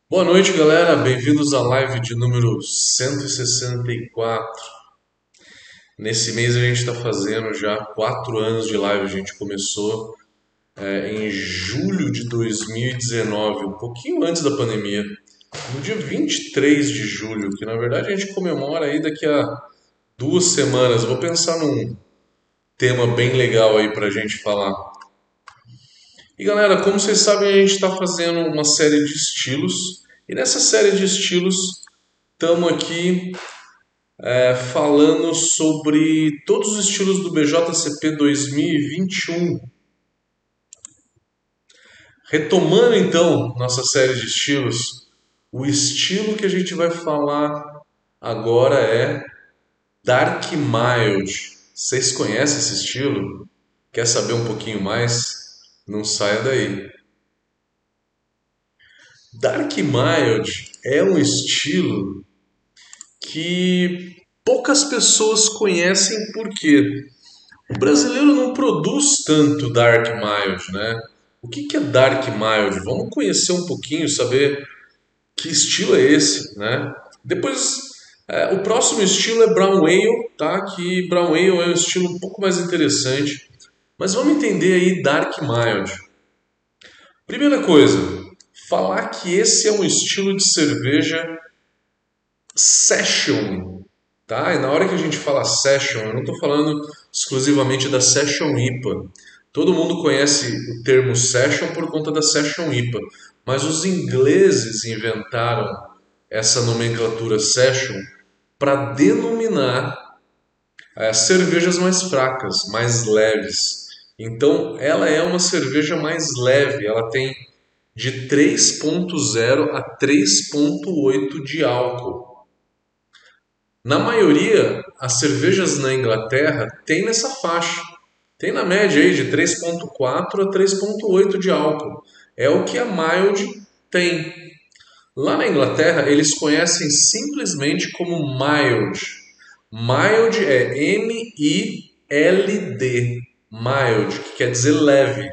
Boa noite, galera. Bem-vindos à live de número 164. Nesse mês a gente está fazendo já 4 anos de live. A gente começou em julho de 2019, um pouquinho antes da pandemia. No dia 23 de julho, que na verdade a gente comemora aí daqui a 2 semanas. Vou pensar num tema bem legal aí para a gente falar. E galera, como vocês sabem, a gente está fazendo uma série de estilos. E nessa série de estilos, estamos aqui falando sobre todos os estilos do BJCP 2021. Retomando então nossa série de estilos, o estilo que a gente vai falar agora é Dark Mild. Vocês conhecem esse estilo? Quer saber um pouquinho mais? Não saia daí. Dark Mild é um estilo que poucas pessoas conhecem porque o brasileiro não produz tanto Dark Mild, né? O que é Dark Mild? Vamos conhecer um pouquinho, saber que estilo é esse, né? Depois, o próximo estilo é Brown Ale, tá? Que Brown Ale é um estilo um pouco mais interessante. Mas vamos entender aí Dark Mild. Primeira coisa, falar que esse é um estilo de cerveja session, tá? E na hora que a gente fala session, eu não estou falando exclusivamente da Session IPA. Todo mundo conhece o termo session por conta da Session IPA, mas os ingleses inventaram essa nomenclatura session para denominar cervejas mais fracas, mais leves. Então, ela é uma cerveja mais leve, ela tem de 3,0 a 3,8 de álcool. Na maioria, as cervejas na Inglaterra têm nessa faixa. Tem na média aí de 3,4 a 3,8 de álcool. É o que a Mild tem. Lá na Inglaterra, eles conhecem simplesmente como Mild. Mild é M-I-L-D. Mild, que quer dizer leve.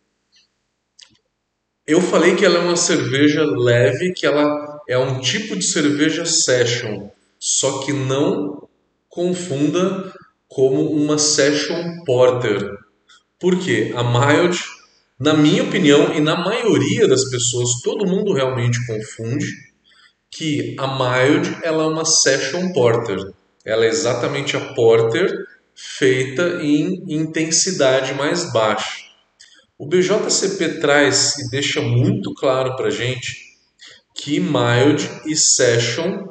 Eu falei que ela é uma cerveja leve, que ela é um tipo de cerveja session, só que não confunda como uma session porter. Por quê? A mild, na minha opinião e na maioria das pessoas, todo mundo realmente confunde que a mild ela é uma session porter. Ela é exatamente a porter feita em intensidade mais baixa. O BJCP traz e deixa muito claro para gente que mild e session,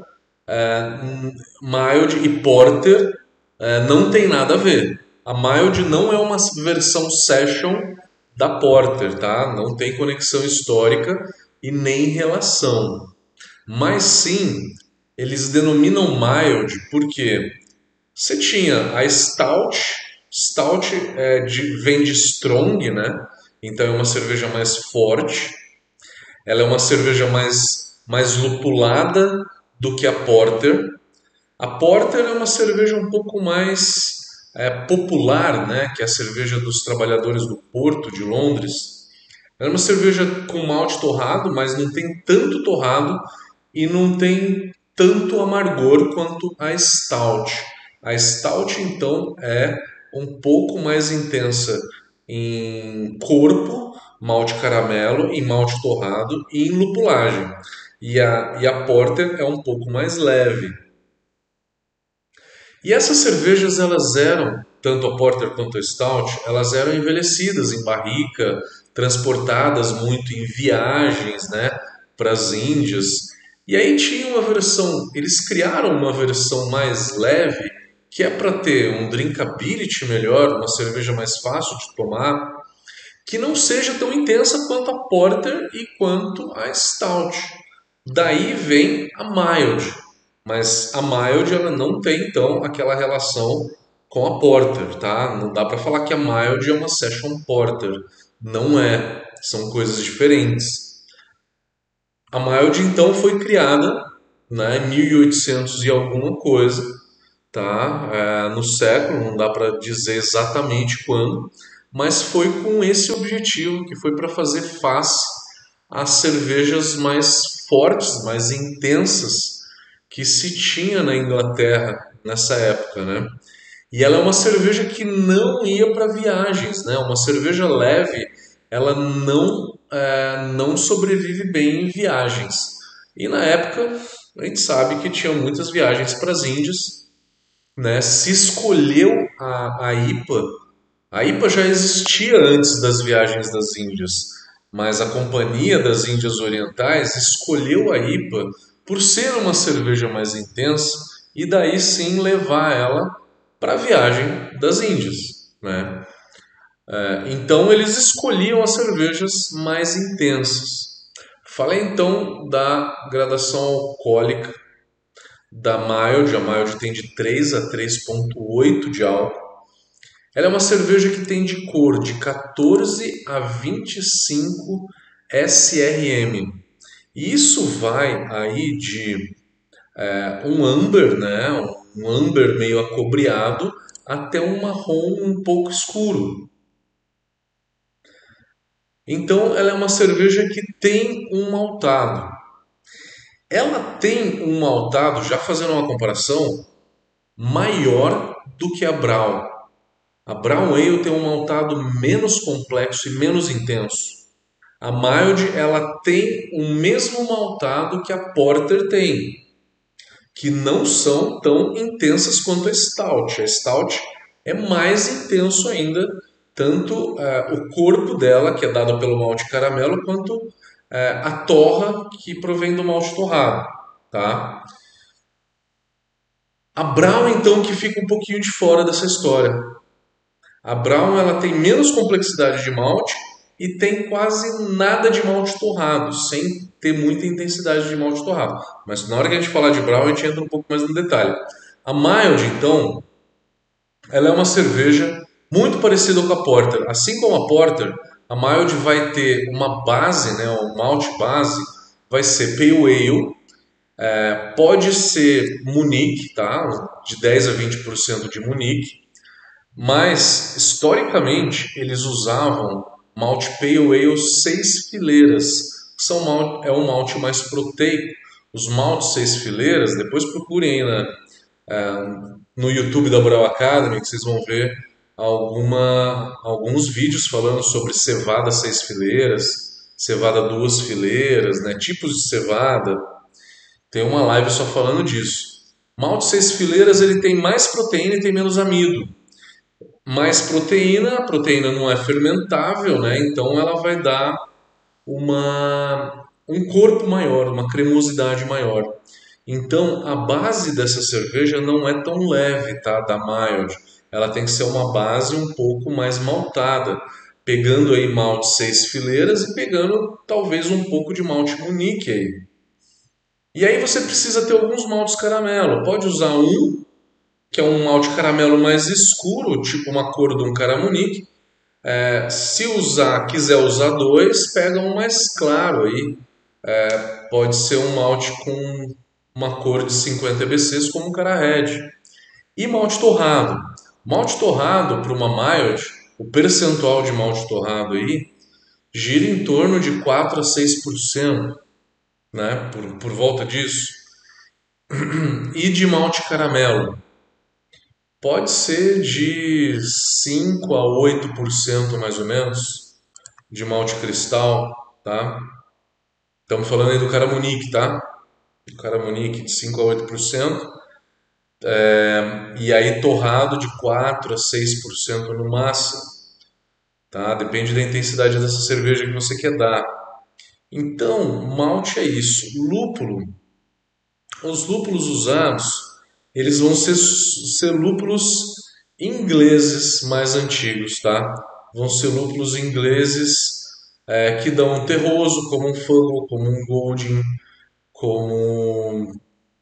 mild e porter não tem nada a ver. A mild não é uma versão session da porter, tá? Não tem conexão histórica e nem relação. Mas sim, eles denominam mild porque você tinha a stout, stout vem de strong, né? Então é uma cerveja mais forte. Ela é uma cerveja mais lupulada do que a porter. A porter é uma cerveja um pouco mais popular, né? Que é a cerveja dos trabalhadores do Porto de Londres. Ela é uma cerveja com malte torrado, mas não tem tanto torrado e não tem tanto amargor quanto a stout. A stout, então, é um pouco mais intensa em corpo, malte caramelo, em malte torrado e em lupulagem. E a porter é um pouco mais leve. E essas cervejas, elas eram, tanto a porter quanto a stout, elas eram envelhecidas em barrica, transportadas muito em viagens, né, para as Índias. E aí tinha uma versão, eles criaram uma versão mais leve, que é para ter um drinkability melhor, uma cerveja mais fácil de tomar, que não seja tão intensa quanto a porter e quanto a stout. Daí vem a mild, mas a mild ela não tem então aquela relação com a porter, tá? Não dá para falar que a mild é uma session porter, não é, são coisas diferentes. A mild então foi criada, né, em 1800 e alguma coisa, tá? No século, não dá para dizer exatamente quando, mas foi com esse objetivo, que foi para fazer face às cervejas mais fortes, mais intensas que se tinha na Inglaterra nessa época, né? E ela é uma cerveja que não ia para viagens, né? Uma cerveja leve, ela não sobrevive bem em viagens. E na época, a gente sabe que tinha muitas viagens para as Índias, né? Se escolheu a IPA. A IPA já existia antes das viagens das Índias, mas a Companhia das Índias Orientais escolheu a IPA por ser uma cerveja mais intensa e daí sim levar ela para a viagem das Índias, né? Então eles escolhiam as cervejas mais intensas. Falei então da gradação alcoólica da Mild. A Mild tem de 3 a 3,8 de álcool. Ela é uma cerveja que tem de cor de 14 a 25 SRM. E isso vai aí de um amber, né? Um amber meio acobreado até um marrom um pouco escuro. Então ela é uma cerveja que tem um maltado. Ela tem um maltado, já fazendo uma comparação, maior do que a Brown. A Brown Ale tem um maltado menos complexo e menos intenso. A Mild, ela tem o mesmo maltado que a Porter tem, que não são tão intensas quanto a Stout. A Stout é mais intenso ainda, tanto o corpo dela, que é dado pelo malte caramelo, quanto a torra, que provém do malte torrado. Tá? A Brown, então, que fica um pouquinho de fora dessa história. A Brown ela tem menos complexidade de malte e tem quase nada de malte torrado, sem ter muita intensidade de malte torrado. Mas na hora que a gente falar de Brown, a gente entra um pouco mais no detalhe. A Mild, então, ela é uma cerveja muito parecida com a Porter. Assim como a Porter, a Mild vai ter uma base, né, um malte base, vai ser Pale Ale, pode ser Munique, tá? De 10 a 20% de Munique. Mas, historicamente, eles usavam malte Pale Ale 6 fileiras, que é um malte mais proteico. Os maltes 6 fileiras, depois procurem aí no YouTube da Brau Academy, que vocês vão ver alguns vídeos falando sobre cevada 6 fileiras, cevada 2 fileiras, né, tipos de cevada. Tem uma live só falando disso. Malte 6 fileiras ele tem mais proteína e tem menos amido. Mais proteína, a proteína não é fermentável, né? Então ela vai dar um corpo maior, uma cremosidade maior. Então a base dessa cerveja não é tão leve, tá? Da Mild. Ela tem que ser uma base um pouco mais maltada, pegando aí malte 6 fileiras e pegando talvez um pouco de malte Munique aí. E aí você precisa ter alguns maltes caramelo. Pode usar um que é um malte caramelo mais escuro, tipo uma cor de um Caramunique. Se quiser usar dois, pega um mais claro aí. Pode ser um malte com uma cor de 50 EBCs, como um Cara Red. E malte torrado. Malte torrado para uma mild, o percentual de malte torrado aí gira em torno de 4 a 6%, né? Por volta disso. E de malte caramelo, pode ser de 5 a 8% mais ou menos de malte cristal, tá? Estamos falando aí do Caramunique, tá? O Caramunique de 5 a 8%. E aí torrado de 4 a 6% no máximo, tá? Depende da intensidade dessa cerveja que você quer dar. Então, malte é isso. Lúpulo. Os lúpulos usados, eles vão ser lúpulos ingleses mais antigos, tá? Vão ser lúpulos ingleses que dão um terroso, como um Fuggle, como um Golding, como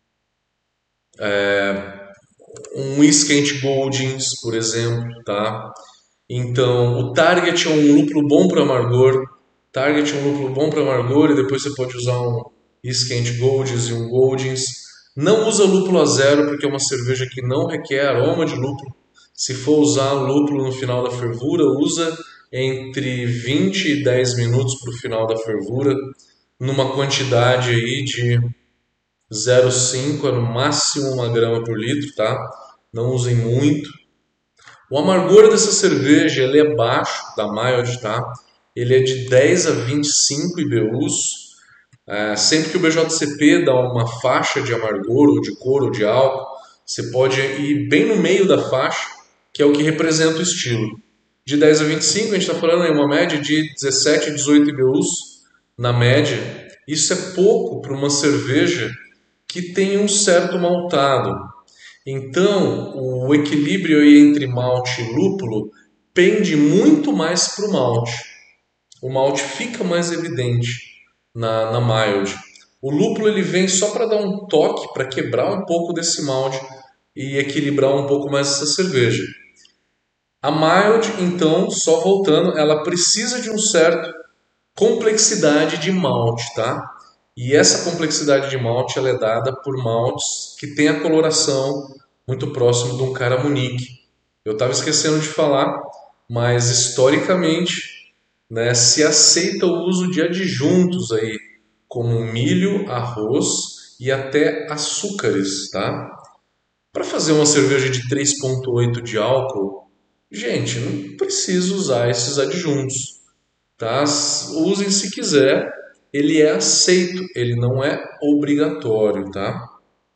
um Iskent Goldings, por exemplo, tá? Então, o Target é um lúpulo bom para amargor. Target é um lúpulo bom para amargor e depois você pode usar um Iskent Goldings e um Goldings. Não usa lúpulo a zero porque é uma cerveja que não requer aroma de lúpulo. Se for usar lúpulo no final da fervura, usa entre 20 e 10 minutos para o final da fervura. numa quantidade aí de 0,5 a no máximo 1 grama por litro, tá? Não usem muito. O amargor dessa cerveja ele é baixo, da Mild, tá? Ele é de 10 a 25 IBUs. Sempre que o BJCP dá uma faixa de amargor, ou de cor, ou de álcool, você pode ir bem no meio da faixa, que é o que representa o estilo. De 10 a 25, a gente está falando em uma média de 17 a 18 IBUs na média. Isso é pouco para uma cerveja que tem um certo maltado. Então, o equilíbrio aí entre malte e lúpulo pende muito mais para o malte. O malte fica mais evidente na mild. O lúpulo ele vem só para dar um toque, para quebrar um pouco desse malte e equilibrar um pouco mais essa cerveja. A mild, então, só voltando, ela precisa de um certo complexidade de malte, tá? E essa complexidade de malte ela é dada por maltes que tem a coloração muito próximo de um caramunique. Eu estava esquecendo de falar, mas historicamente, né, se aceita o uso de adjuntos aí, como milho, arroz e até açúcares, tá? Para fazer uma cerveja de 3,8 de álcool, gente, não precisa usar esses adjuntos, tá? Usem se quiser, ele é aceito, ele não é obrigatório, tá?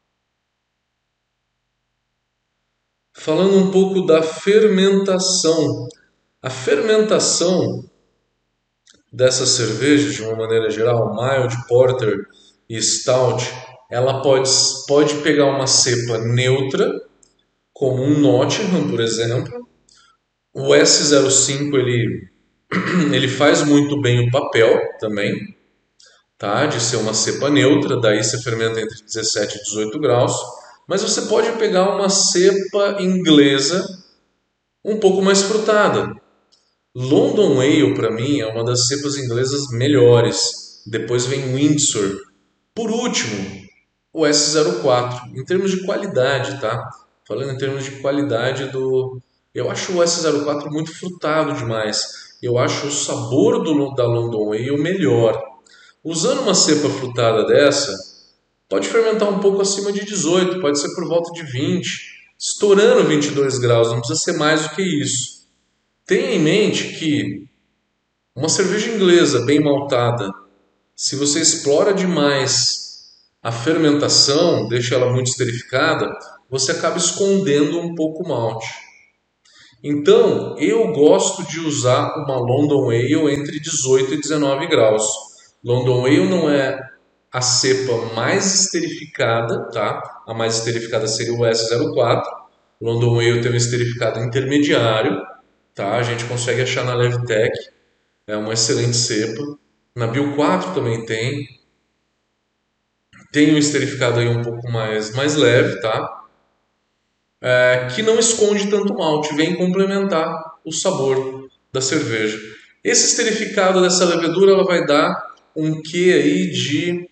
Falando um pouco da fermentação. A fermentação dessas cervejas, de uma maneira geral, mild, porter e stout, ela pode pegar uma cepa neutra, como um Nottingham, por exemplo. O S05 ele faz muito bem o papel também, tá? De ser uma cepa neutra, daí você fermenta entre 17 e 18 graus. Mas você pode pegar uma cepa inglesa um pouco mais frutada. London Ale, para mim, é uma das cepas inglesas melhores. Depois vem Windsor. Por último, o S04. Em termos de qualidade, tá? Falando em termos de qualidade do... Eu acho o S04 muito frutado demais. Eu acho o sabor da London Ale melhor. Usando uma cepa frutada dessa, pode fermentar um pouco acima de 18, pode ser por volta de 20, estourando 22 graus, não precisa ser mais do que isso. Tenha em mente que uma cerveja inglesa bem maltada, se você explora demais a fermentação, deixa ela muito esterificada, você acaba escondendo um pouco o malte. Então, eu gosto de usar uma London Ale entre 18 e 19 graus. London Ale não é a cepa mais esterificada, tá? A mais esterificada seria o S04. London Ale tem um esterificado intermediário, tá? A gente consegue achar na Levtech, é uma excelente cepa. Na Bio 4 também tem. Tem um esterificado aí um pouco mais leve, tá? Que não esconde tanto malte, vem complementar o sabor da cerveja. Esse esterificado dessa levedura ela vai dar um quê aí de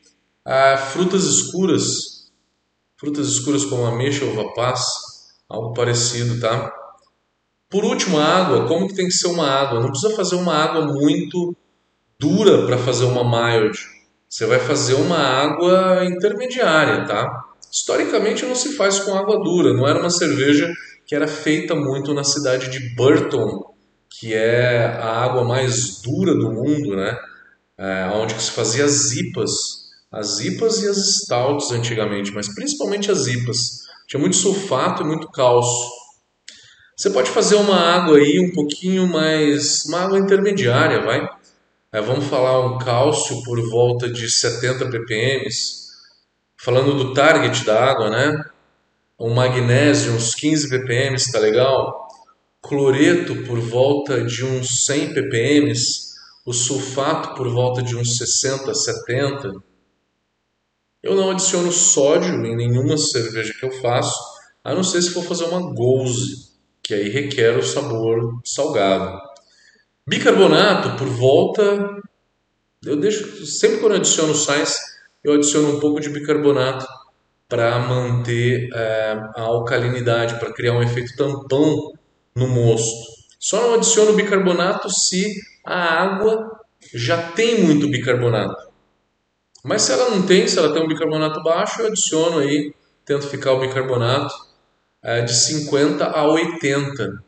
frutas escuras como ameixa ou uva passa, algo parecido, tá? Por último, a água, como que tem que ser uma água? Não precisa fazer uma água muito dura para fazer uma mild. Você vai fazer uma água intermediária, tá? Historicamente não se faz com água dura, não era uma cerveja que era feita muito na cidade de Burton, que é a água mais dura do mundo, né? Onde que se fazia as IPAs e as stouts antigamente, mas principalmente as IPAs. Tinha muito sulfato e muito cálcio. Você pode fazer uma água aí um pouquinho mais, uma água intermediária, vai? Vamos falar um cálcio por volta de 70 ppm, falando do target da água, né? Um magnésio, uns 15 ppm, tá legal? Cloreto por volta de uns 100 ppm, o sulfato por volta de uns 60, 70. Eu não adiciono sódio em nenhuma cerveja que eu faço, a não ser se for fazer uma Gose, que aí requer o sabor salgado. Bicarbonato por volta. Eu deixo. Sempre quando eu adiciono sais, eu adiciono um pouco de bicarbonato para manter a alcalinidade, para criar um efeito tampão no mosto. Só não adiciono bicarbonato se a água já tem muito bicarbonato. Mas se ela não tem, se ela tem um bicarbonato baixo, eu adiciono aí, tento ficar o bicarbonato de 50 a 80.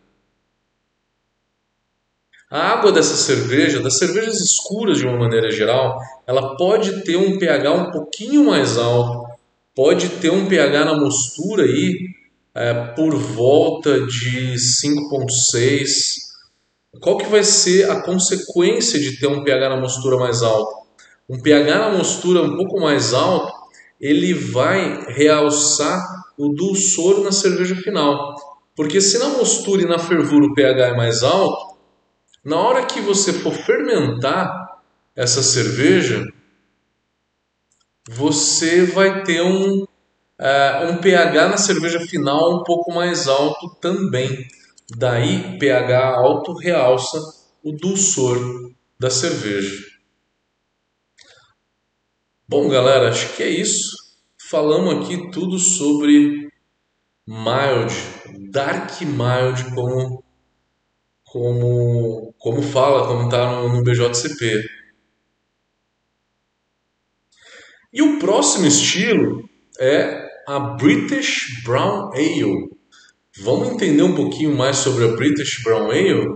A água dessa cerveja, das cervejas escuras de uma maneira geral, ela pode ter um pH um pouquinho mais alto, pode ter um pH na mostura aí por volta de 5,6. Qual que vai ser a consequência de ter um pH na mostura mais alto? Um pH na mostura um pouco mais alto, ele vai realçar o dulçor na cerveja final. Porque se na mostura e na fervura o pH é mais alto, na hora que você for fermentar essa cerveja, você vai ter um pH na cerveja final um pouco mais alto também. Daí, pH alto realça o dulçor da cerveja. Bom, galera, acho que é isso. Falamos aqui tudo sobre mild, dark mild, como fala, como está no BJCP. E o próximo estilo é a British Brown Ale. Vamos entender um pouquinho mais sobre a British Brown Ale?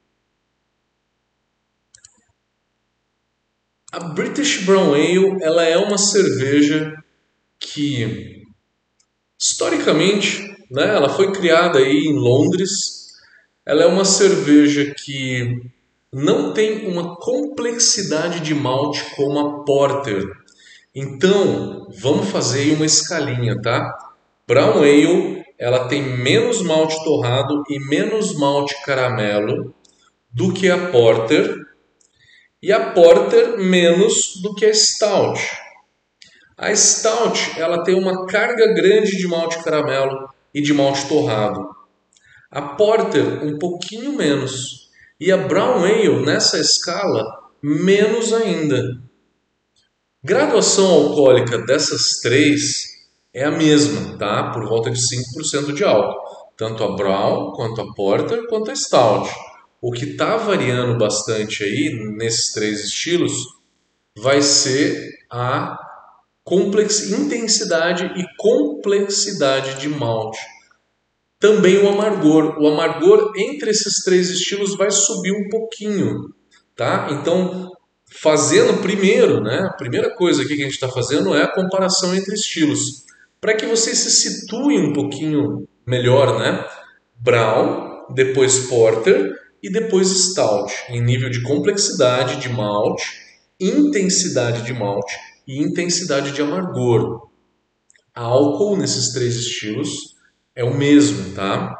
A British Brown Ale, ela é uma cerveja que historicamente, né, ela foi criada aí em Londres. Ela é uma cerveja que não tem uma complexidade de malte como a Porter. Então, vamos fazer aí uma escalinha, tá? Brown Ale, ela tem menos malte torrado e menos malte caramelo do que a Porter, e a Porter menos do que a Stout. A Stout, ela tem uma carga grande de malte caramelo e de malte torrado. A Porter, um pouquinho menos. E a Brown Ale, nessa escala, menos ainda. Graduação alcoólica dessas três é a mesma, tá? Por volta de 5% de álcool. Tanto a Brown, quanto a Porter, quanto a Stout. O que está variando bastante aí, nesses três estilos, vai ser a intensidade e complexidade de malte. Também o amargor. O amargor entre esses três estilos vai subir um pouquinho, tá? Então, fazendo primeiro, né? A primeira coisa aqui que a gente está fazendo é a comparação entre estilos, para que vocês se situem um pouquinho melhor, né? Brown, depois Porter e depois Stout, em nível de complexidade de malte, intensidade de malte e intensidade de amargor. A álcool nesses três estilos é o mesmo, tá?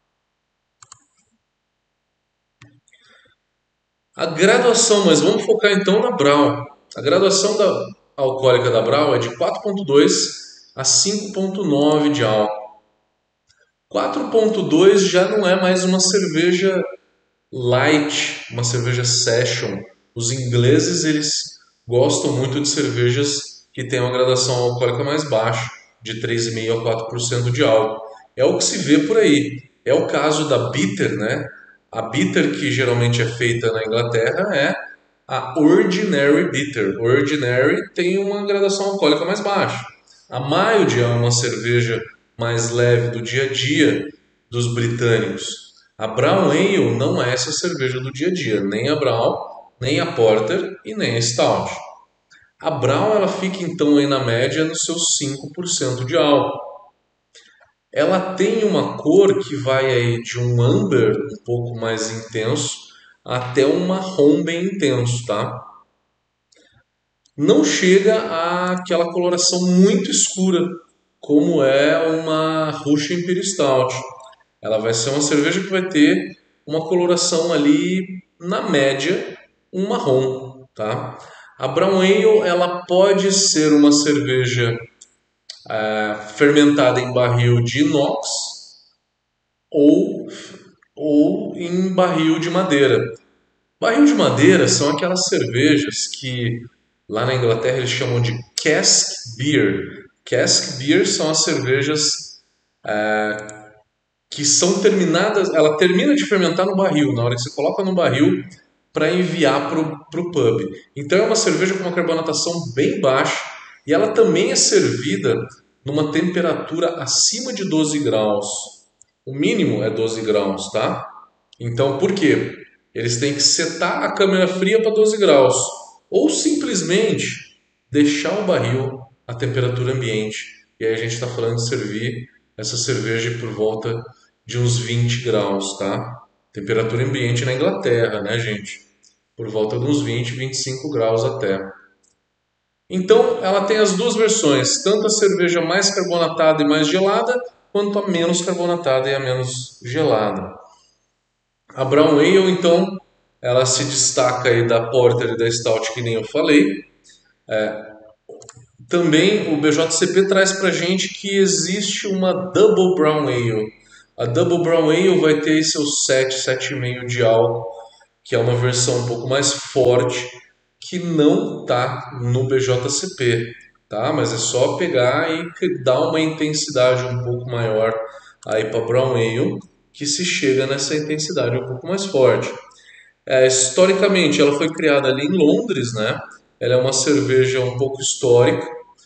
A graduação, mas vamos focar então na Brau. A graduação alcoólica da Brau é de 4,2 a 5,9 de álcool. 4,2 já não é mais uma cerveja light, uma cerveja session. Os ingleses eles gostam muito de cervejas que têm uma graduação alcoólica mais baixa, de 3,5 a 4% de álcool. É o que se vê por aí. É o caso da Bitter, né? A Bitter que geralmente é feita na Inglaterra é a Ordinary Bitter. Ordinary tem uma graduação alcoólica mais baixa. A Mild é uma cerveja mais leve do dia a dia dos britânicos. A Brown Ale não é essa cerveja do dia a dia, nem a Brown, nem a Porter e nem a Stout. A Brown ela fica então aí na média nos seus 5% de álcool. Ela tem uma cor que vai aí de um amber um pouco mais intenso até um marrom bem intenso, tá? Não chega àquela coloração muito escura como é uma Russian Imperial Stout. Ela vai ser uma cerveja que vai ter uma coloração ali na média um marrom, tá? A Brown Ale ela pode ser uma cerveja fermentada em barril de inox ou, ou em barril de madeira. Barril de madeira são aquelas cervejas que lá na Inglaterra eles chamam de cask beer. Cask beer são as cervejas que são terminadas, ela termina de fermentar no barril. Na hora que você coloca no barril, para enviar para o pub. Então é uma cerveja com uma carbonatação bem baixa e ela também é servida numa temperatura acima de 12 graus. O mínimo é 12 graus, tá? Então por quê? Eles têm que setar a câmara fria para 12 graus ou simplesmente deixar o barril à temperatura ambiente. E aí a gente está falando de servir essa cerveja por volta de uns 20 graus, tá? Temperatura ambiente na Inglaterra, né, gente? Por volta de uns 20, 25 graus até. Então, ela tem as duas versões, tanto a cerveja mais carbonatada e mais gelada, quanto a menos carbonatada e a menos gelada. A Brown Ale, então, ela se destaca aí da Porter e da Stout, que nem eu falei. Também o BJCP traz para gente que existe uma Double Brown Ale. A Double Brown Ale vai ter seus 7, 7,5 de álcool, que é uma versão um pouco mais forte, que não está no BJCP, tá? Mas é só pegar e dar uma intensidade um pouco maior aí para Brown Ale, que se chega nessa intensidade um pouco mais forte. Historicamente, ela foi criada ali em Londres, né? Ela é uma cerveja um pouco histórica.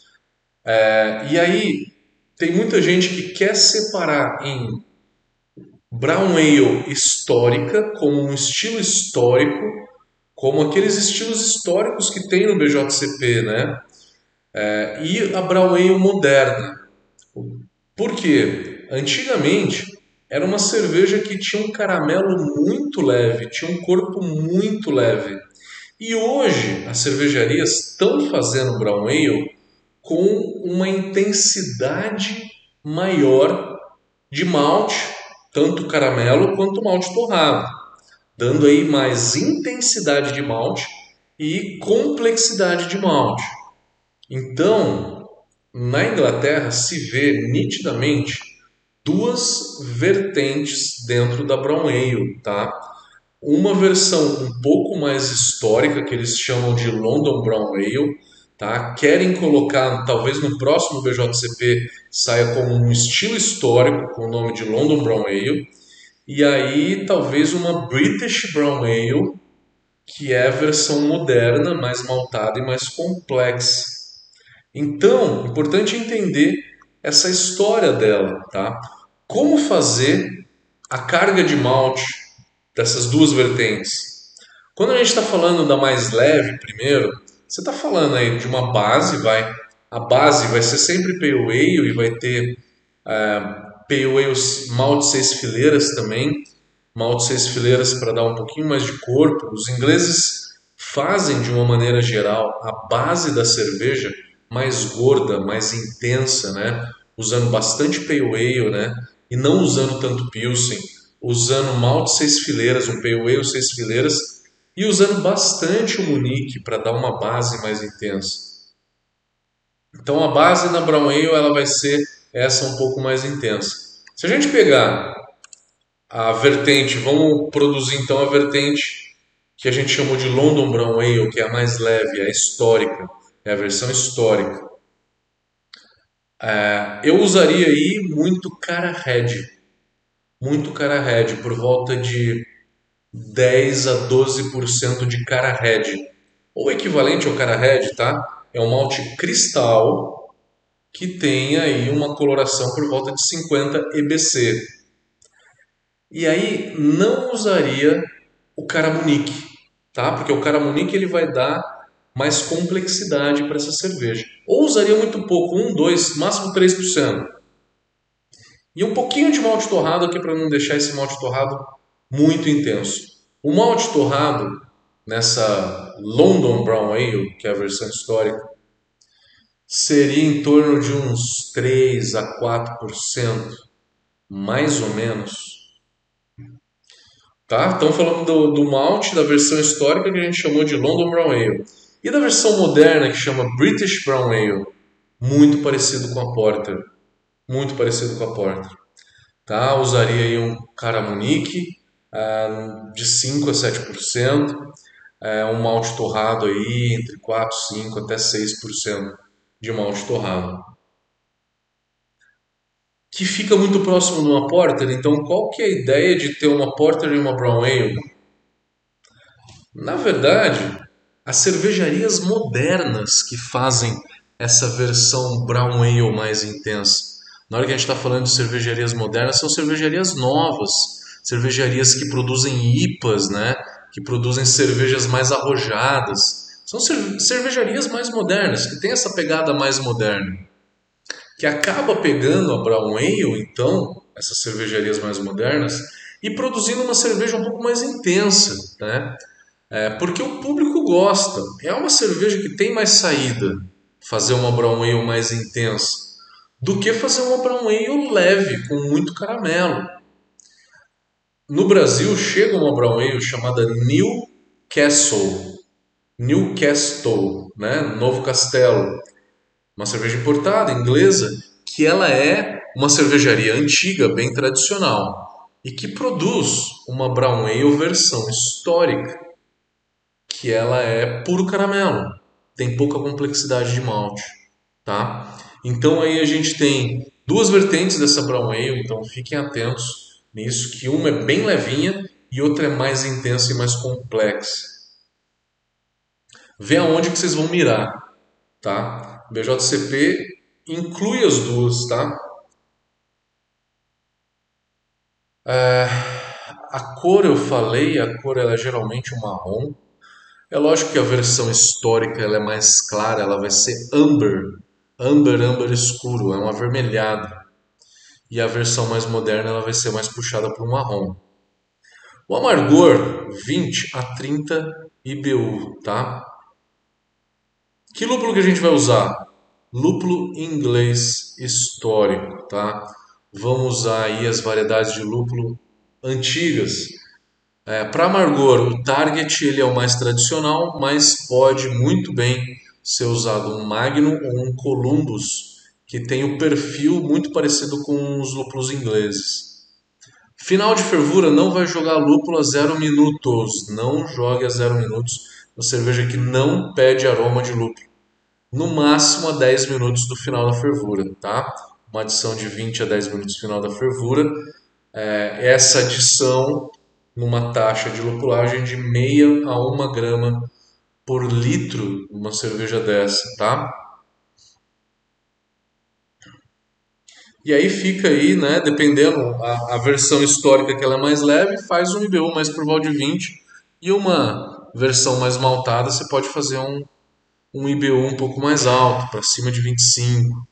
E aí, tem muita gente que quer separar em Brown Ale histórica, como um estilo histórico, como aqueles estilos históricos que tem no BJCP, né? E a Brown Ale moderna. Por quê? Antigamente era uma cerveja que tinha um caramelo muito leve, tinha um corpo muito leve. E hoje as cervejarias estão fazendo Brown Ale com uma intensidade maior de malte, tanto caramelo quanto malte torrado, dando aí mais intensidade de malte e complexidade de malte. Então, na Inglaterra se vê nitidamente duas vertentes dentro da Brown Ale, tá? Uma versão um pouco mais histórica, que eles chamam de London Brown Ale, tá? Querem colocar, talvez no próximo BJCP saia como um estilo histórico, com o nome de London Brown Ale, e aí talvez uma British Brown Ale, que é a versão moderna, mais maltada e mais complexa. Então, importante entender essa história dela, tá? Como fazer a carga de malte dessas duas vertentes? Quando a gente está falando da mais leve primeiro, você está falando aí de uma base, a base vai ser sempre Pale Ale e vai ter Pale Ale malte 6 fileiras também, malte 6 fileiras para dar um pouquinho mais de corpo. Os ingleses fazem de uma maneira geral a base da cerveja mais gorda, mais intensa, né? Usando bastante Pale Ale, né? E não usando tanto Pilsen, usando malte 6 fileiras, um Pale Ale 6 fileiras e usando bastante o Munich para dar uma base mais intensa. Então a base na Brown Ale ela vai ser essa um pouco mais intensa. Se a gente pegar a vertente, vamos produzir então a vertente que a gente chamou de London Brown Ale, que é a mais leve, a histórica, é a versão histórica. Eu usaria aí muito cara red, por volta de 10 a 12% de cara red. O equivalente ao cara red, tá? É um malte cristal que tem aí uma coloração por volta de 50 EBC. E aí não usaria o Caramunique, tá? Porque o Caramunique ele vai dar mais complexidade para essa cerveja. Ou usaria muito pouco, 1, 2, máximo 3%. E um pouquinho de malte torrado aqui para não deixar esse malte torrado muito intenso. O malte torrado nessa London Brown Ale, que é a versão histórica, seria em torno de uns 3 a 4%, mais ou menos. Tá? Estamos falando do malte da versão histórica que a gente chamou de London Brown Ale. E da versão moderna que chama British Brown Ale. Muito parecido com a Porter. Muito parecido com a Porter. Tá? Usaria aí um Caramunique de 5 a 7%. Um malte torrado aí entre 4, 5 até 6% de malte torrado. Que fica muito próximo de uma Porter. Então qual que é a ideia de ter uma Porter e uma Brown Ale? Na verdade, as cervejarias modernas que fazem essa versão brown ale mais intensa. Na hora que a gente está falando de cervejarias modernas, são cervejarias novas, cervejarias que produzem IPAs, né? Que produzem cervejas mais arrojadas. São cervejarias mais modernas, que têm essa pegada mais moderna, que acaba pegando a brown ale, então, essas cervejarias mais modernas, e produzindo uma cerveja um pouco mais intensa, né? Porque o público gosta. É uma cerveja que tem mais saída fazer uma brown ale mais intensa do que fazer uma brown ale leve, com muito caramelo. No Brasil chega uma brown ale chamada Newcastle. Newcastle, né? Novo Castelo. Uma cerveja importada, inglesa, que ela é uma cervejaria antiga, bem tradicional, e que produz uma brown ale versão histórica, que ela é puro caramelo, tem pouca complexidade de malte, tá? Então aí a gente tem duas vertentes dessa brown ale, então fiquem atentos nisso, que uma é bem levinha e outra é mais intensa e mais complexa. Vê aonde que vocês vão mirar, tá? BJCP inclui as duas, tá? A cor eu falei, a cor ela é geralmente um marrom. É lógico que a versão histórica ela é mais clara, ela vai ser amber, amber escuro, é um avermelhado. E a versão mais moderna ela vai ser mais puxada para o marrom. O amargor 20 a 30 IBU, tá? Que lúpulo que a gente vai usar? Lúpulo inglês histórico, tá? Vamos usar aí as variedades de lúpulo antigas. Para amargor, o Target ele é o mais tradicional, mas pode muito bem ser usado um Magnum ou um Columbus, que tem o perfil muito parecido com os lúpulos ingleses. Final de fervura, não vai jogar lúpulo a 0 minutos. Não jogue a 0 minutos uma cerveja que não pede aroma de lúpulo. No máximo a 10 minutos do final da fervura, tá? Uma adição de 20 a 10 minutos do final da fervura. Essa adição numa taxa de lupulagem de meia a 1 grama por litro uma cerveja dessa, tá? E aí fica aí, né, dependendo a versão histórica que ela é mais leve, faz um IBU mais por volta de 20 e uma versão mais maltada você pode fazer um IBU um pouco mais alto, para cima de 25.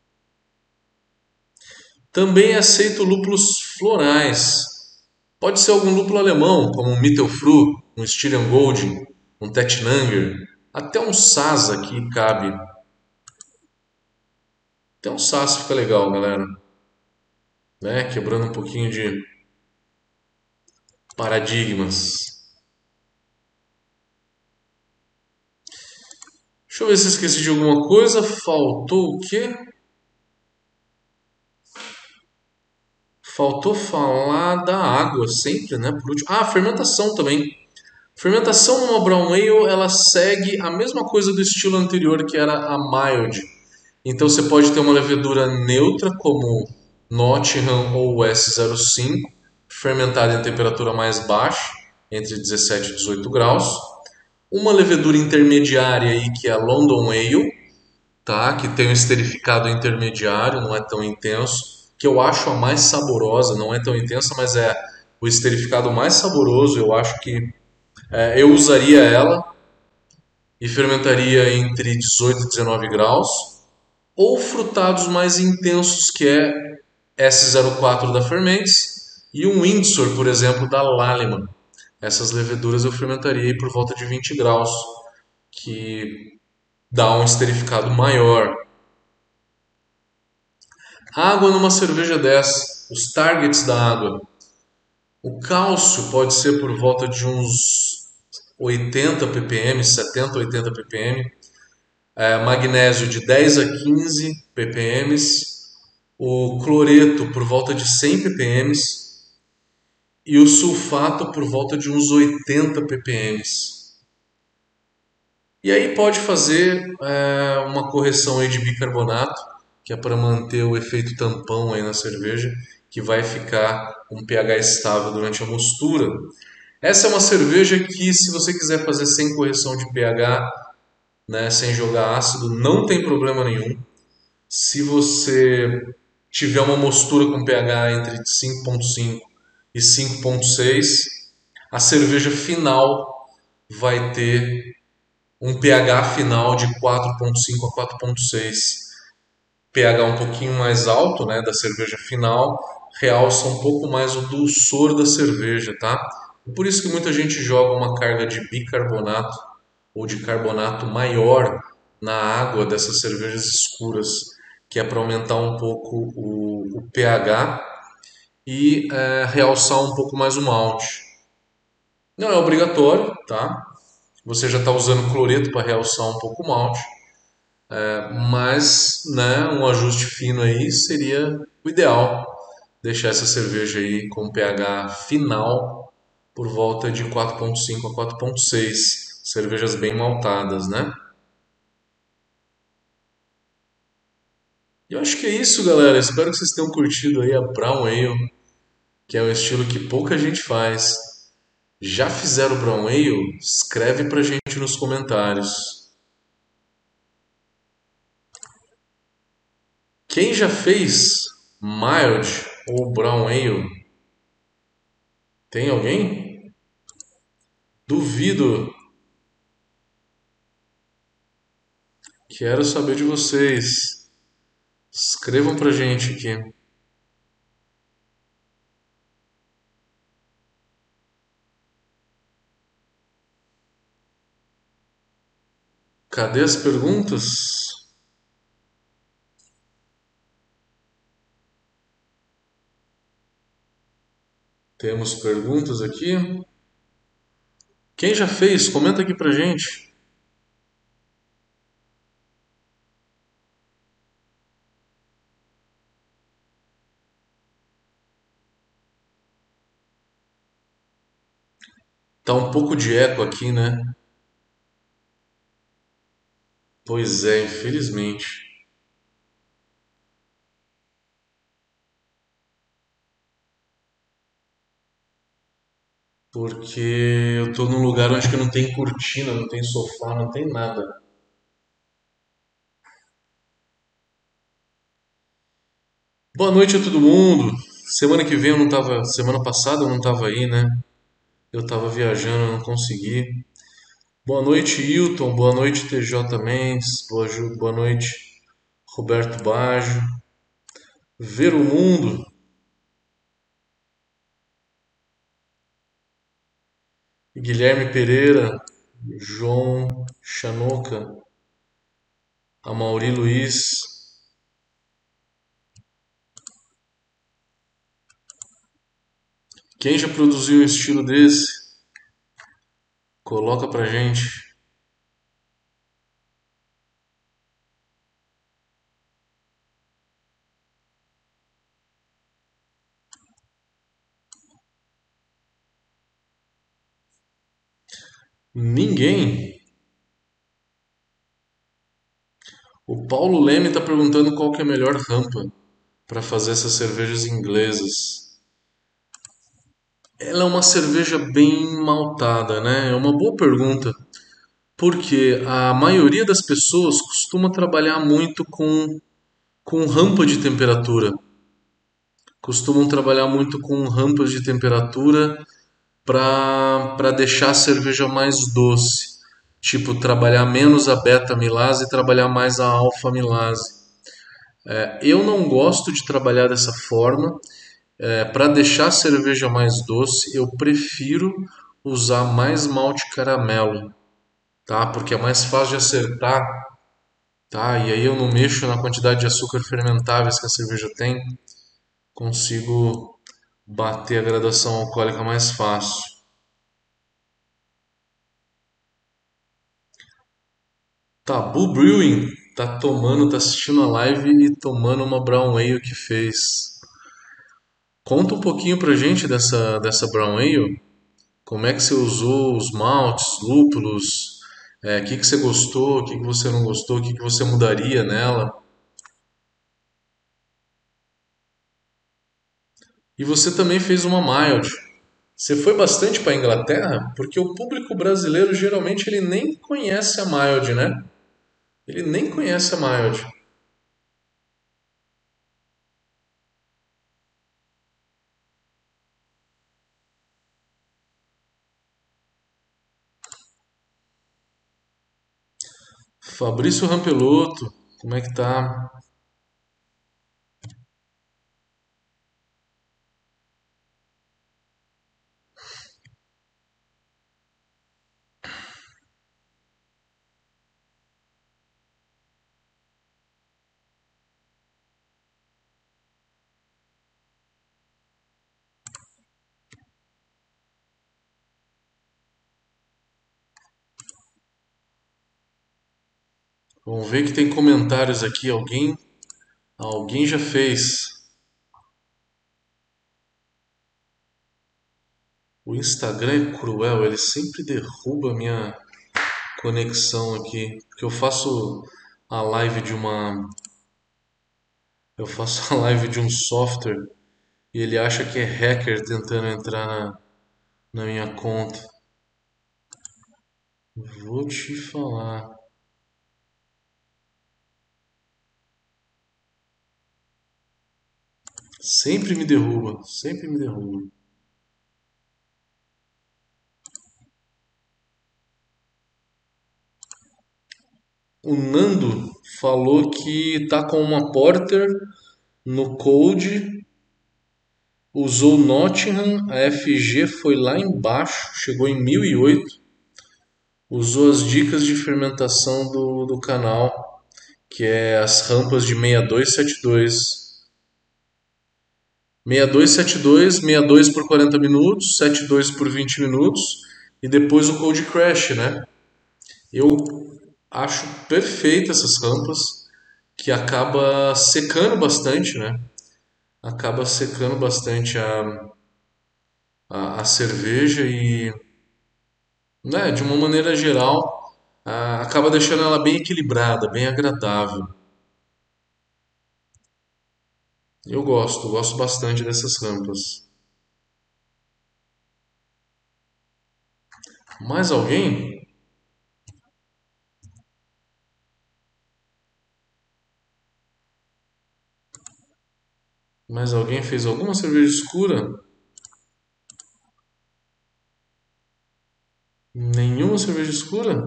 Também aceito lúpulos florais. Pode ser algum lúpulo alemão, como um Mittelfru, um Styrian Golding, um Tettnanger, até um Saz aqui cabe. Até um Saz fica legal, galera. Né? Quebrando um pouquinho de paradigmas. Deixa eu ver se eu esqueci de alguma coisa. Faltou o quê? Faltou falar da água sempre, né? Por último. Ah, fermentação também. Fermentação numa brown ale, ela segue a mesma coisa do estilo anterior, que era a mild. Então você pode ter uma levedura neutra, como Nottingham ou S05, fermentada em temperatura mais baixa, entre 17 e 18 graus. Uma levedura intermediária aí, que é a London Ale, tá? Que tem um esterificado intermediário, não é tão intenso, que eu acho a mais saborosa, não é tão intensa, mas é o esterificado mais saboroso. Eu acho que eu usaria ela e fermentaria entre 18 e 19 graus, ou frutados mais intensos, que é S04 da Fermentes e um Windsor, por exemplo, da Lallemand. Essas leveduras eu fermentaria por volta de 20 graus, que dá um esterificado maior. Água numa cerveja dessa, os targets da água. O cálcio pode ser por volta de uns 80 ppm, 70, 80 ppm. Magnésio de 10 a 15 ppm. O cloreto por volta de 100 ppm. E o sulfato por volta de uns 80 ppm. E aí pode fazer uma correção aí de bicarbonato, que é para manter o efeito tampão aí na cerveja, que vai ficar um pH estável durante a mostura. Essa é uma cerveja que, se você quiser fazer sem correção de pH, né, sem jogar ácido, não tem problema nenhum. Se você tiver uma mostura com pH entre 5,5 e 5,6, a cerveja final vai ter um pH final de 4,5 a 4,6. pH um pouquinho mais alto, né, da cerveja final, realça um pouco mais o dulçor da cerveja, tá? Por isso que muita gente joga uma carga de bicarbonato ou de carbonato maior na água dessas cervejas escuras, que é para aumentar um pouco o pH e realçar um pouco mais o malte. Não é obrigatório, tá? Você já está usando cloreto para realçar um pouco o malte, mas, né, um ajuste fino aí seria o ideal. Deixar essa cerveja aí com pH final por volta de 4,5 a 4,6. Cervejas bem maltadas, né? E eu acho que é isso, galera. Espero que vocês tenham curtido aí a Brown Ale, que é um estilo que pouca gente faz. Já fizeram Brown Ale? Escreve pra gente nos comentários. Quem já fez Mild ou Brown Ale? Tem alguém? Duvido. Quero saber de vocês. Escrevam pra gente aqui. Cadê as perguntas? Temos perguntas aqui. Quem já fez? Comenta aqui pra gente. Tá um pouco de eco aqui, né? Pois é, infelizmente. Porque eu tô num lugar onde que não tem cortina, não tem sofá, não tem nada. Boa noite a todo mundo. Semana que vem eu não tava, semana passada eu não tava aí, né? Eu tava viajando, eu não consegui. Boa noite, Hilton. Boa noite, TJ Mendes. Boa noite, Roberto Baggio. Ver o mundo. Guilherme Pereira, João Chanoca, Amauri Luiz. Quem já produziu um estilo desse? Coloca pra gente. Ninguém? O Paulo Leme está perguntando qual que é a melhor rampa para fazer essas cervejas inglesas. Ela é uma cerveja bem maltada, né? É uma boa pergunta, porque a maioria das pessoas costuma trabalhar muito com rampa de temperatura. Costumam trabalhar muito com rampas de temperatura para deixar a cerveja mais doce. Tipo, trabalhar menos a beta-milase e trabalhar mais a alfa-milase. Eu não gosto de trabalhar dessa forma. Para deixar a cerveja mais doce, eu prefiro usar mais malte caramelo, tá? Porque é mais fácil de acertar, tá? E aí eu não mexo na quantidade de açúcar fermentáveis que a cerveja tem, consigo bater a graduação alcoólica mais fácil. Tabu Brewing tá assistindo a live e tomando uma Brown Ale que fez. Conta um pouquinho pra gente dessa Brown Ale. Como é que você usou os maltes, lúpulos? O que que você gostou, o que que você não gostou, o que que você mudaria nela? E você também fez uma mild. Você foi bastante para a Inglaterra? Porque o público brasileiro geralmente ele nem conhece a Mild, né? Ele nem conhece a Mild. Fabrício Rampelotto, como é que tá? Vamos ver que tem comentários aqui. Alguém já fez. O Instagram é cruel, ele sempre derruba a minha conexão aqui. Porque a live de uma. Eu faço a live de um software e ele acha que é hacker tentando entrar na minha conta. Vou te falar. Sempre me derruba, sempre me derruba. O Nando falou que tá com uma Porter no Code, usou Nottingham, a FG foi lá embaixo, chegou em 1008, usou as dicas de fermentação do canal, que é as rampas de 6272. 6272, 62 por 40 minutos, 72 por 20 minutos e depois o Cold Crash, né? Eu acho perfeita essas rampas que acaba secando bastante, né? Acaba secando bastante a cerveja e, né, de uma maneira geral, acaba deixando ela bem equilibrada, bem agradável. Eu gosto bastante dessas rampas. Mais alguém? Mais alguém fez alguma cerveja escura? Nenhuma cerveja escura?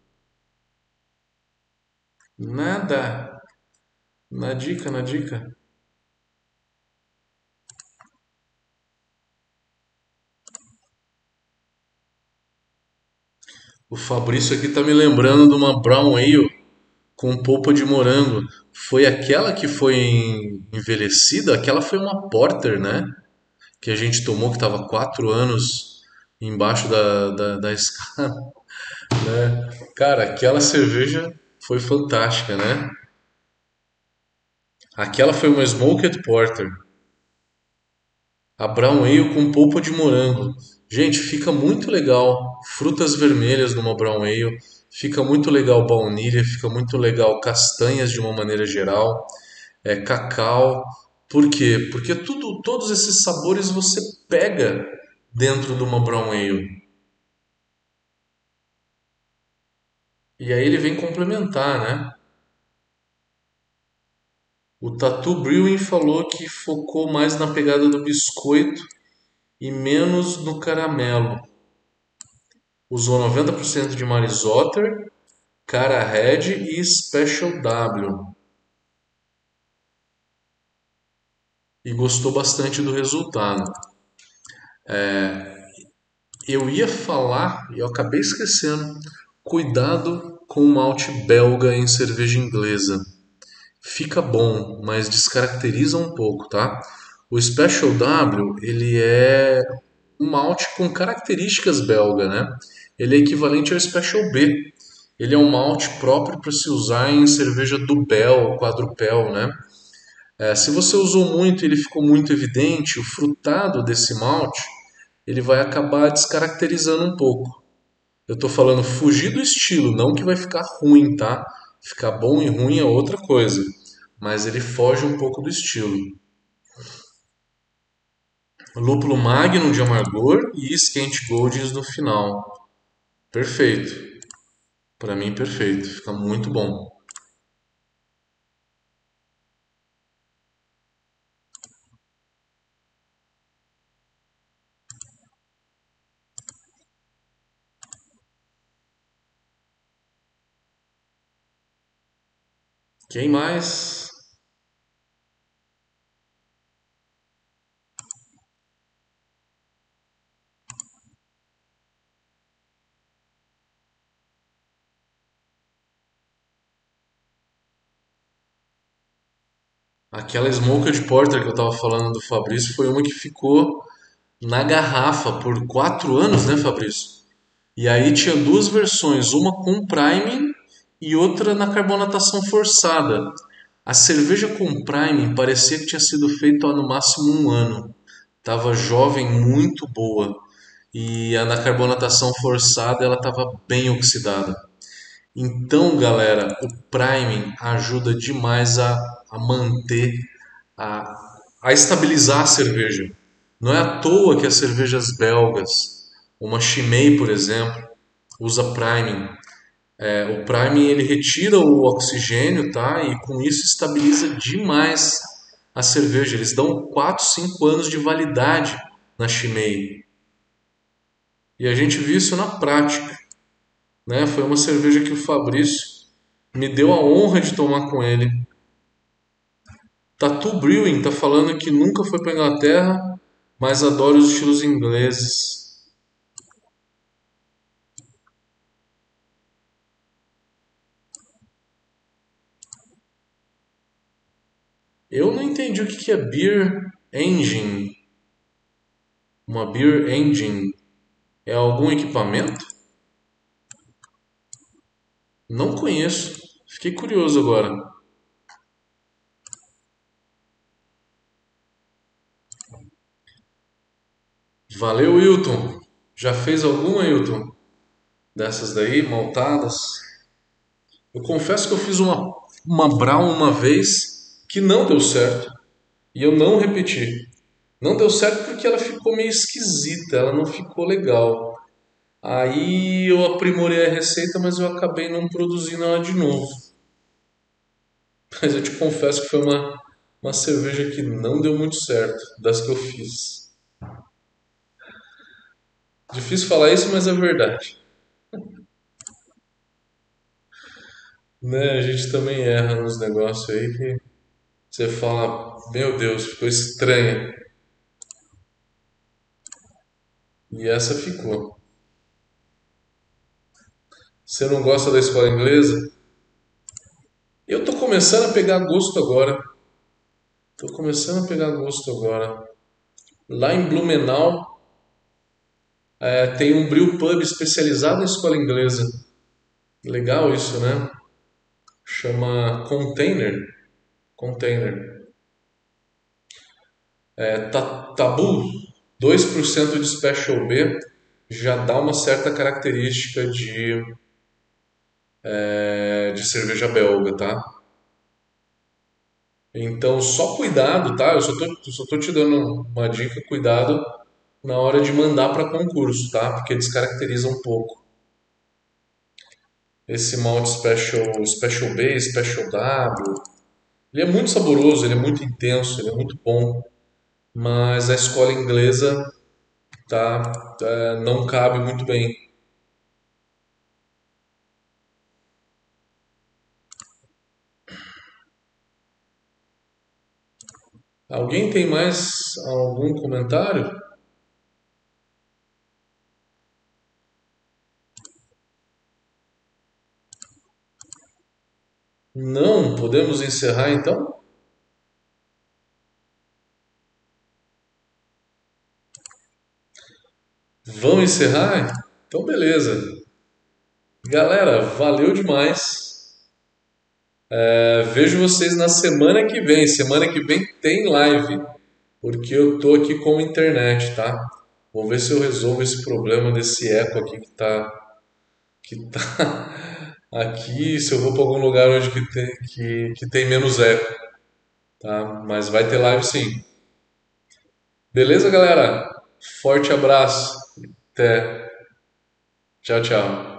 Nada. Na dica, na dica. O Fabrício aqui tá me lembrando de uma Brown Ale com polpa de morango. Foi aquela que foi envelhecida? Aquela foi uma Porter, né? Que a gente tomou, que estava 4 anos embaixo da escada, né? Cara, aquela cerveja foi fantástica, né? Aquela foi uma Smoked Porter. A Brown Ale com polpa de morango. Gente, fica muito legal. Frutas vermelhas numa Brown Ale. Fica muito legal baunilha, fica muito legal castanhas de uma maneira geral. Cacau. Por quê? Porque todos esses sabores você pega dentro de uma Brown Ale. E aí ele vem complementar, né? O Tatu Brewing falou que focou mais na pegada do biscoito e menos no caramelo. Usou 90% de Marisotter, Cara Red e Special W. E gostou bastante do resultado. Eu ia falar e eu acabei esquecendo. Cuidado com o malte belga em cerveja inglesa. Fica bom, mas descaracteriza um pouco, tá? O Special W, ele é um malte com características belga, né? Ele é equivalente ao Special B. Ele é um malte próprio para se usar em cerveja Dubbel, quadrupel, né? Se você usou muito e ele ficou muito evidente, o frutado desse malte, ele vai acabar descaracterizando um pouco. Eu tô falando fugir do estilo, não que vai ficar ruim, tá? Ficar bom e ruim é outra coisa, mas ele foge um pouco do estilo. Lúpulo Magnum de amargor e Skent Goldings no final. Perfeito. Para mim, perfeito. Fica muito bom. Quem mais? Aquela Smoked Porter que eu tava falando do Fabrício foi uma que ficou na garrafa por 4 anos, né, Fabrício? E aí tinha duas versões, uma com priming e outra na carbonatação forçada. A cerveja com priming parecia que tinha sido feita há no máximo um ano. Tava jovem, muito boa. E a na carbonatação forçada ela estava bem oxidada. Então, galera, o priming ajuda demais a manter, a, a estabilizar a cerveja. Não é à toa que as cervejas belgas, uma Chimay, por exemplo, usa priming. O priming ele retira o oxigênio, tá? E com isso estabiliza demais a cerveja. Eles dão 4, 5 anos de validade na Chimay. E a gente viu isso na prática, né? Foi uma cerveja que o Fabrício me deu a honra de tomar com ele. Tatu Brewing tá falando que nunca foi para Inglaterra, mas adora os estilos ingleses. Eu não entendi o que que é Beer Engine. Uma Beer Engine é algum equipamento? Não conheço. Fiquei curioso agora. Valeu, Wilton. Já fez alguma, Wilton? Dessas daí, maltadas? Eu confesso que eu fiz uma brown uma vez que não deu certo. E eu não repeti. Não deu certo porque ela ficou meio esquisita, ela não ficou legal. Aí eu aprimorei a receita, mas eu acabei não produzindo ela de novo. Mas eu te confesso que foi uma cerveja que não deu muito certo, das que eu fiz. Difícil falar isso, mas é verdade. Né? A gente também erra nos negócios aí que você fala, meu Deus, ficou estranha. E essa ficou. Você não gosta da escola inglesa? Eu tô começando a pegar gosto agora. Tô começando a pegar gosto agora. Lá em Blumenau, tem um brew pub especializado em escola inglesa. Legal isso, né? Chama Container. Container. Tabu, 2% de Special B já dá uma certa característica de cerveja belga, tá? Então, só cuidado, tá? Eu só tô te dando uma dica, cuidado na hora de mandar para concurso, tá? Porque descaracteriza um pouco. Esse malte Special B, Special W, ele é muito saboroso, ele é muito intenso, ele é muito bom, mas a escola inglesa não cabe muito bem. Alguém tem mais algum comentário? Não, podemos encerrar então? Vamos encerrar? Então, beleza. Galera, valeu demais. Vejo vocês na semana que vem. Semana que vem tem live, porque eu tô aqui com a internet, tá? Vou ver se eu resolvo esse problema desse eco aqui que tá aqui, se eu vou para algum lugar onde que tem menos eco, tá? Mas vai ter live sim. Beleza, galera? Forte abraço. Até. Tchau, tchau.